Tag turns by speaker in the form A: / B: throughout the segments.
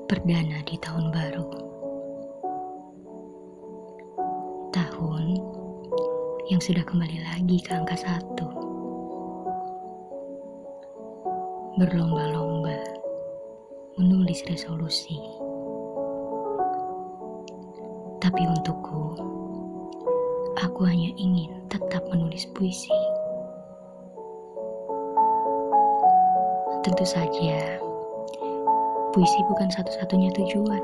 A: Perdana di tahun baru. Tahun yang sudah kembali lagi ke angka 1. Berlomba-lomba menulis resolusi. Tapi untukku, aku hanya ingin tetap menulis puisi. Tentu saja, puisi bukan satu-satunya tujuan.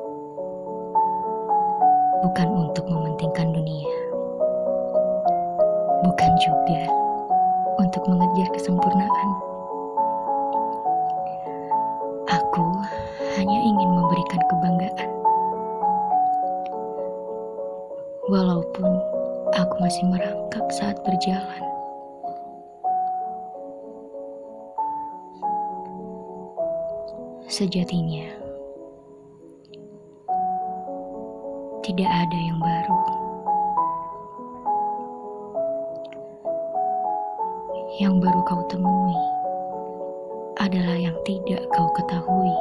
A: Bukan untuk mementingkan dunia. Bukan juga untuk mengejar kesempurnaan. Aku hanya ingin memberikan kebanggaan. Walaupun aku masih merangkak saat berjalan. Sejatinya, tidak ada yang baru. Yang baru kau temui adalah yang tidak kau ketahui.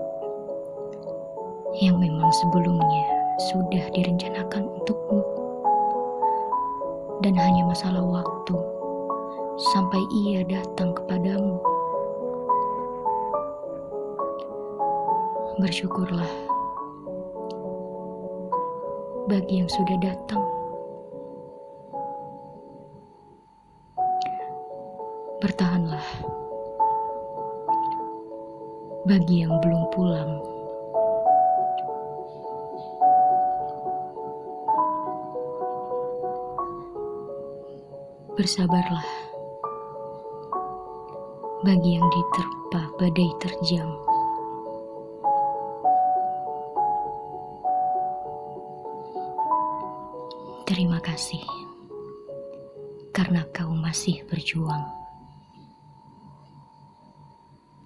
A: Yang memang sebelumnya sudah direncanakan untukmu. Dan hanya masalah waktu sampai ia datang kepadamu. Bersyukurlah bagi yang sudah datang. Bertahanlah bagi yang belum pulang. Bersabarlah bagi yang diterpa badai terjang. Terima kasih karena kau masih berjuang.